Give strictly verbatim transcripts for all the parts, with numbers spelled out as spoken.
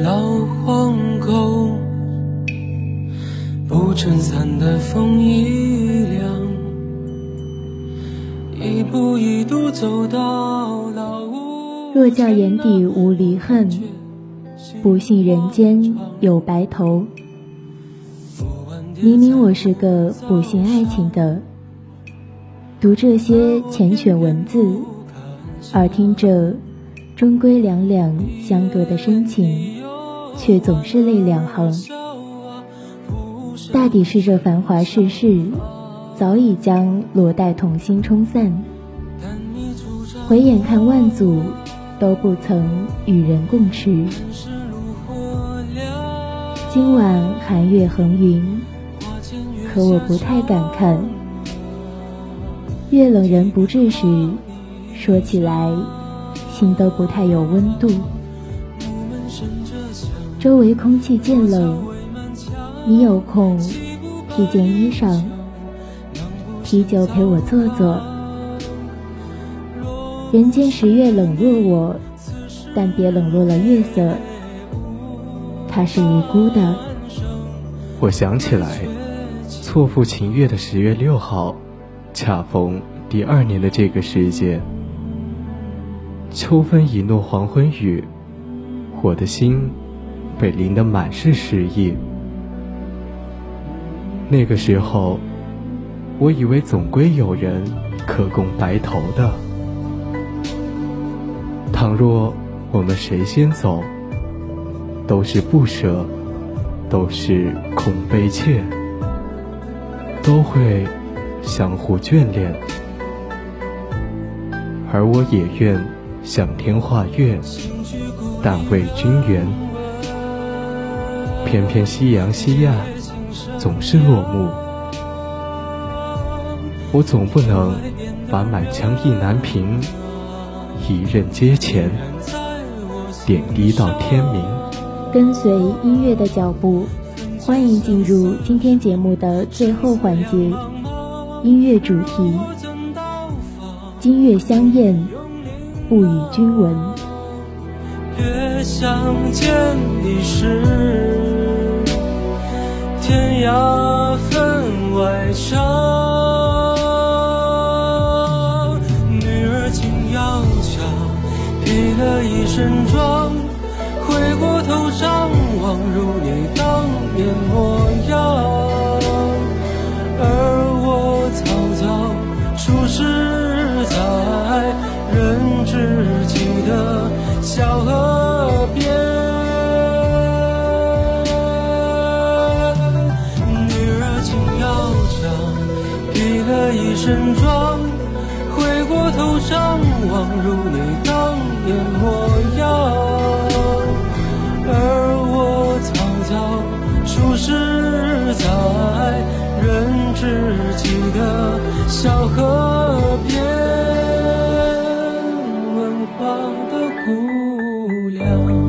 老皇宫，不撑伞的风一凉，一步一步走到老屋。 若教眼底无离恨，不信人间有白头。明明我是个不信爱情的，读这些缱绻文字，耳听着终归两两相隔的深情，却总是泪两行。大抵是这繁华世事早已将罗带童心冲散，回眼看万祖都不曾与人共持。今晚寒月横云，可我不太敢看。月冷人不至时，说起来心都不太有温度。周围空气渐冷，你有空披件衣裳，啤酒陪我坐坐。人间十月冷落我，但别冷落了月色，它是无辜的。 我想起来，错付秦月的十月六号，恰逢第二年的这个时节。秋分一诺黄昏雨，我的心被淋得满是诗意。那个时候，我以为总归有人可供白头的。倘若我们谁先走，都是不舍，都是空悲切，都会相互眷恋。而我也愿向天化月，但为君圆。偏偏夕阳西岸总是落幕，我总不能把满腔意难平，一任阶前，点滴到天明。 跟随音乐的脚步，欢迎进入今天节目的最后环节，音乐主题。今月相验，不与君闻。 月相见已是天涯分外长。女儿轻摇脚，披了一身妆，回过头张望，如你当年模样。而我曹操出师在人知己的小河边，女儿轻摇脚，披了一身妆，回过头张望，如你当年模样。而我曹操出师在人知己的小河边，文化的姑娘。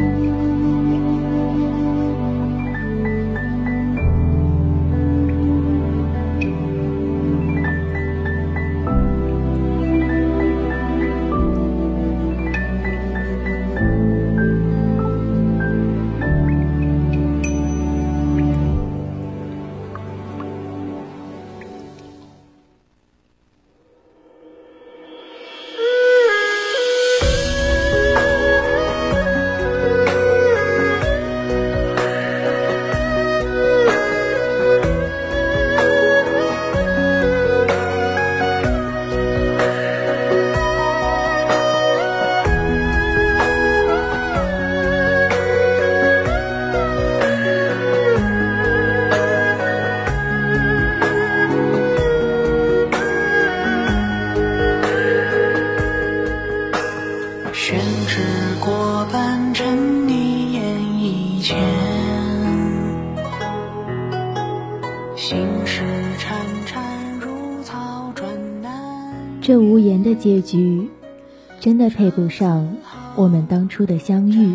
这无言的结局，真的配不上我们当初的相遇。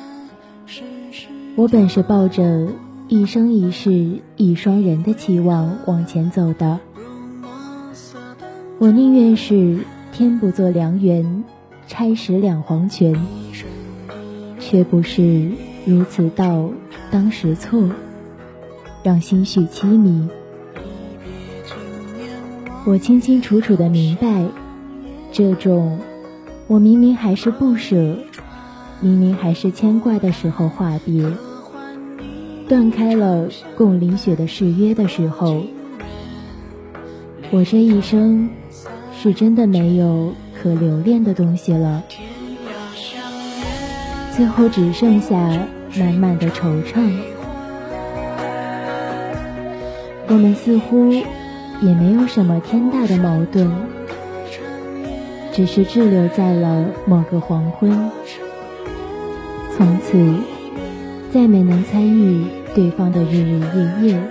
我本是抱着一生一世一双人的期望往前走的，我宁愿是天不作良缘，拆石两黄泉，却不是如此道当时错，让心绪凄迷。我清清楚楚地明白，这种我明明还是不舍，明明还是牵挂的时候话别，断开了共淋雪的誓约的时候，我这一生是真的没有可留恋的东西了，最后只剩下满满的惆怅。我们似乎也没有什么天大的矛盾，只是滞留在了某个黄昏，从此再没能参与对方的日日夜夜。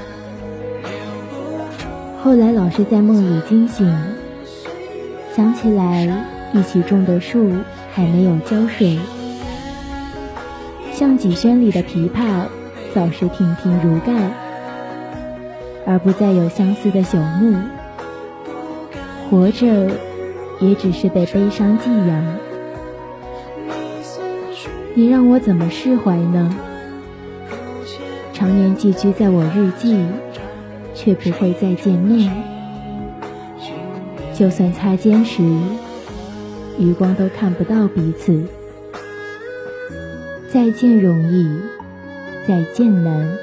后来老是在梦里惊醒，想起来一起种的树还没有浇水，像几轩里的琵琶早是亭亭如盖，而不再有相思的朽木，活着也只是被悲伤寄养。你让我怎么释怀呢？常年寄居在我日记，却不会再见面，就算擦肩时余光都看不到彼此。再见容易，再见难。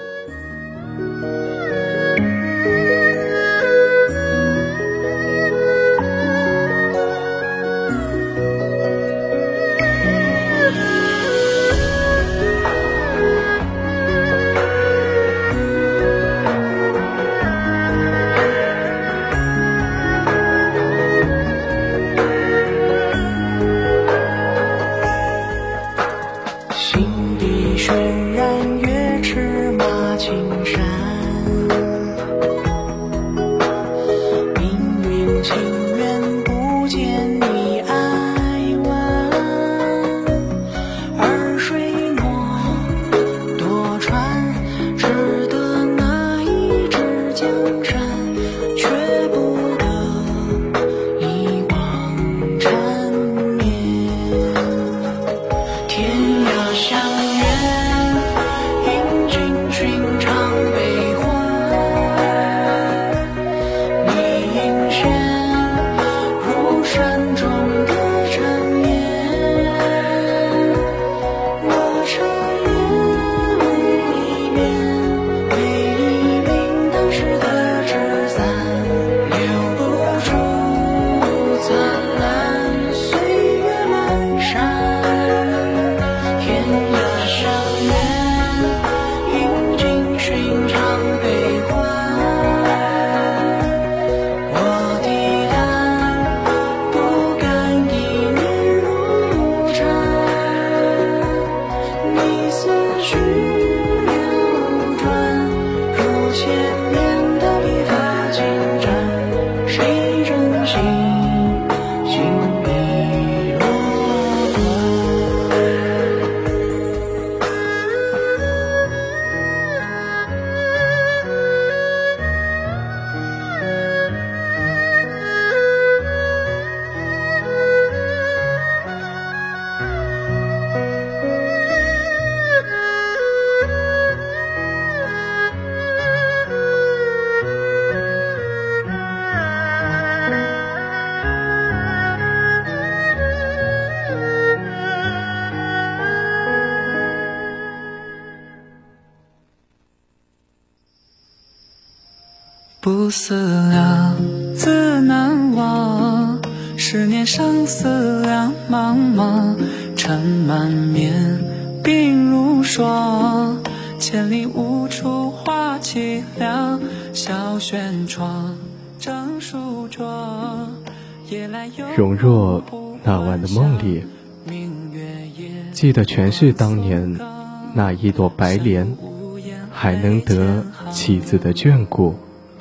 不思量，自难忘。十年生死两茫茫，尘满面，鬓如霜。千里无处话凄凉，小轩窗，正梳妆。 容若那晚的梦里，记得全是当年那一朵白莲，还能得妻子的眷顾。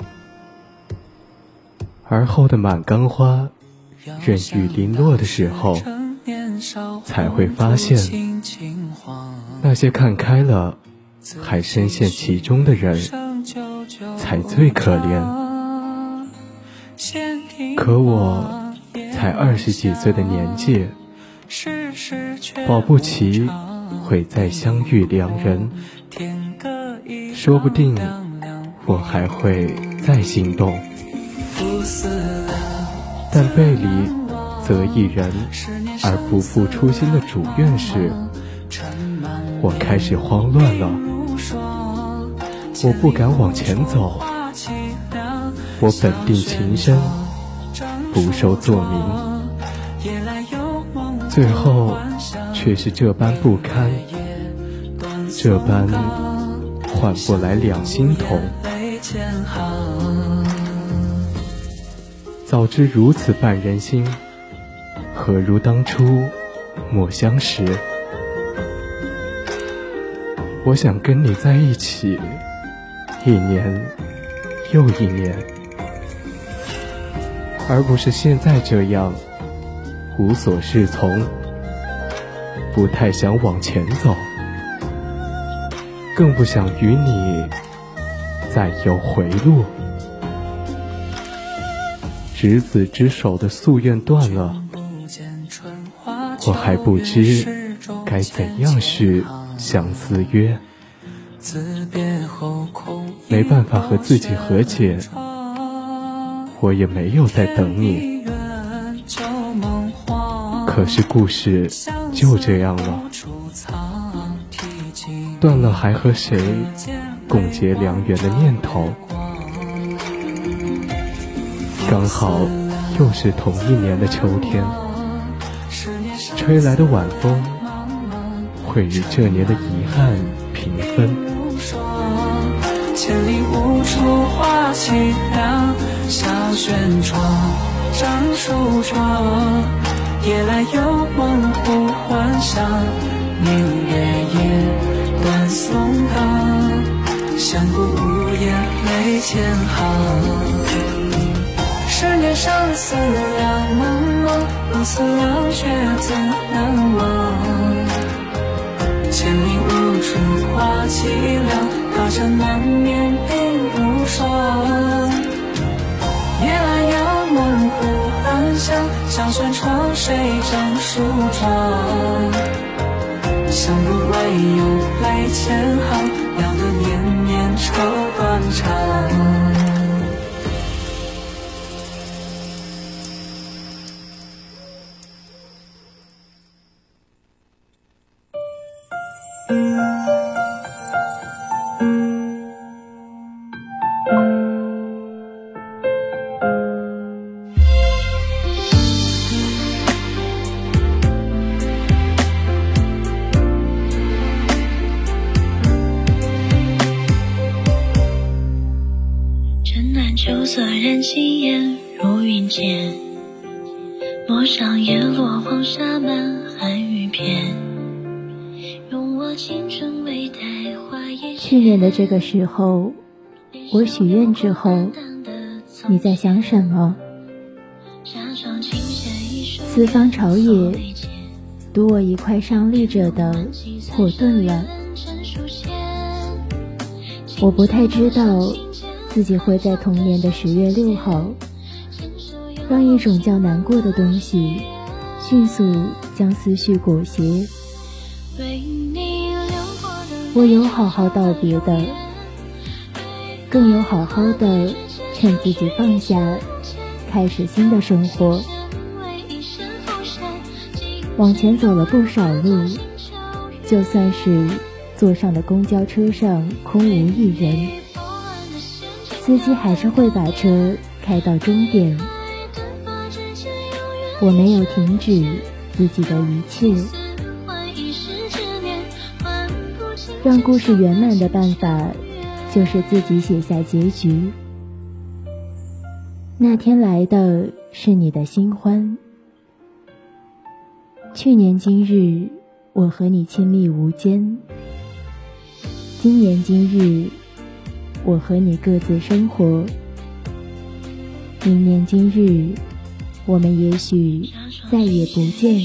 而后的满缸花，任雨淋落的时候，才会发现，那些看开了还深陷其中的人，才最可怜。可我才二十几岁的年纪，保不齐会再相遇良人，说不定我还会再心动。但背离则一人而不负初心的主愿时，我开始慌乱了。我不敢往前走，我本定情深，不受作明，最后却是这般不堪，这般换不来两心同。早知如此绊人心，何如当初莫相识。我想跟你在一起，一年又一年，而不是现在这样无所适从，不太想往前走，更不想与你再有回路。执子之手的夙愿断了，我还不知该怎样续相思约。没办法和自己和解，我也没有在等你。可是故事就这样了，断了还和谁共结良缘的念头。刚好又是同一年的秋天，吹来的晚风会与这年的遗憾平分。 千里无处话凄凉，小轩窗，樟树窗，夜来有梦忽还乡，明月夜，断松冈，相顾无言泪千行。十年生死两茫茫，不思量却怎难忘。千里无处话凄凉，高山难免鬓如霜。夜来遥梦忽还乡，小轩窗水樟树窗。相顾唯有泪千行，了得绵绵愁断肠。 秋色染青烟，如云间，陌上叶落黄沙满寒雨片，用我青春为带花叶。 去年的这个时候，我许愿之后，你在想什么？四方朝野，读我一块上立着的破顿了。我不太知道自己会在同年的十月六号，让一种叫难过的东西迅速将思绪裹挟。我有好好道别的，更有好好的劝自己放下，开始新的生活。往前走了不少路，就算是坐上的公交车上空无一人，司机还是会把车开到终点。我没有停止自己的一切，让故事圆满的办法就是自己写下结局。那天来的是你的新欢，去年今日我和你亲密无间，今年今日我和你各自生活，明年今日我们也许再也不见。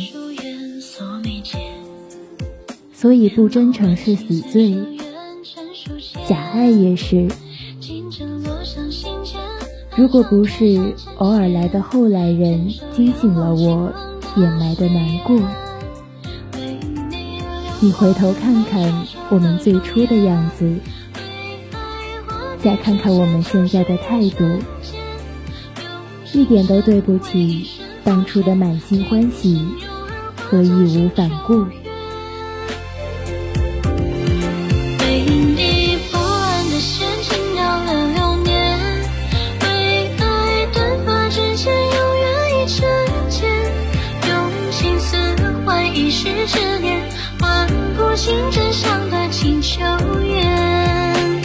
所以不真诚是死罪，假爱也是。如果不是偶尔来的后来人惊醒了我掩埋的难过， 你回头看看我们最初的样子，再看看我们现在的态度，一点都对不起当初的满心欢喜和义无反顾。 执念换不清真相的请求愿，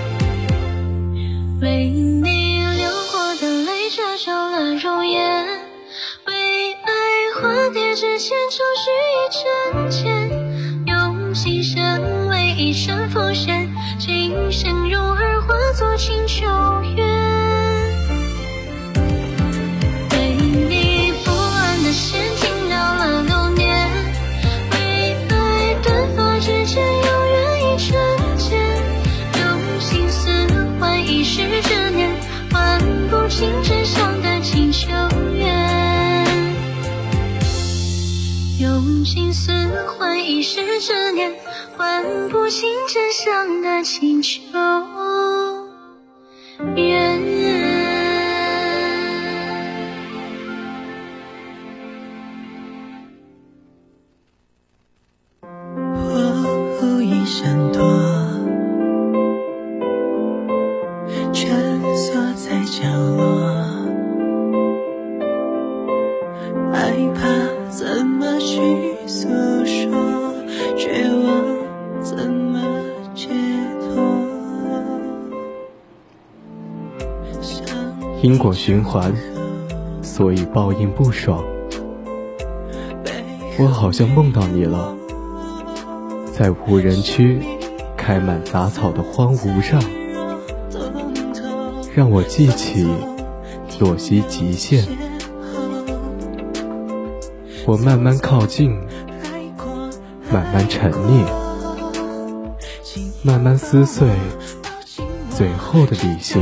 为你流过的泪遮皱了容颜，为爱化蝶之前抽取一针剑，用心深为一生奉献，今生蓉儿化作请求愿。心真相的请求愿，用心思换一世执念，换不清真相的请求愿。 我无意闪躲，蜷缩在角落，害怕怎么去诉说，绝望怎么解脱。 因果循环，所以报应不爽。我好像梦到你了，在无人区开满杂草的荒芜上，让我记起洛溪极限。我慢慢靠近，慢慢沉溺，慢慢撕碎最后的理性，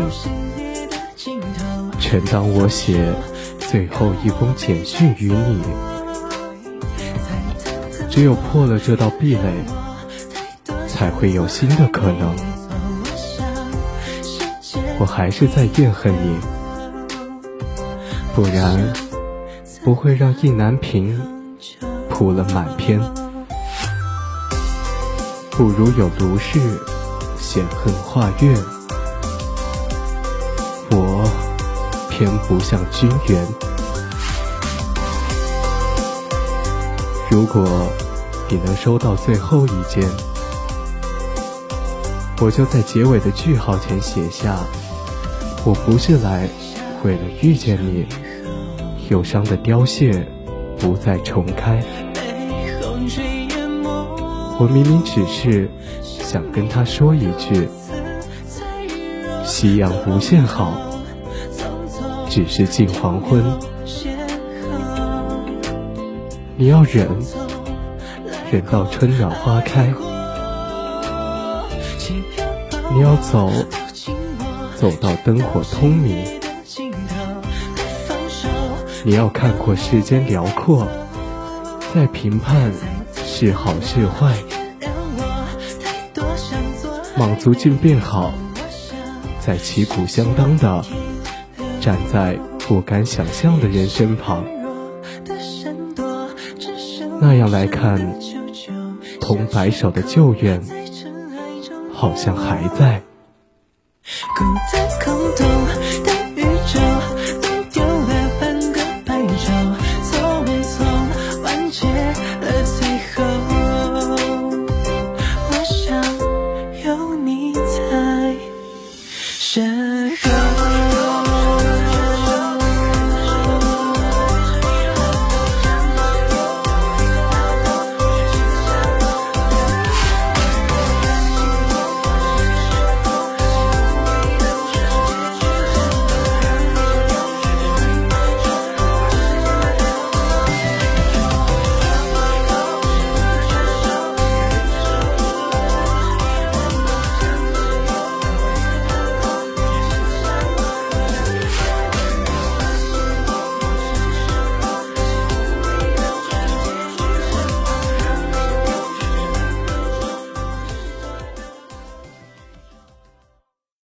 全当我写最后一封简讯于你。只有破了这道壁垒，才会有新的可能。我还是在怨恨你，不然不会让意难平铺了满篇。不如有如是显恨化月，我偏不像君缘。如果你能收到最后一件，我就在结尾的句号前写下，我不是来为了遇见你，忧伤的凋谢不再重开。我明明只是想跟他说一句，夕阳无限好，只是近黄昏。你要忍，忍到春暖花开。你要走，走到灯火通明。你要看过世间辽阔，再评判是好是坏。卯足劲变好，再旗鼓相当的站在不敢想象的人身旁。那样来看，同白首的旧怨好像还在。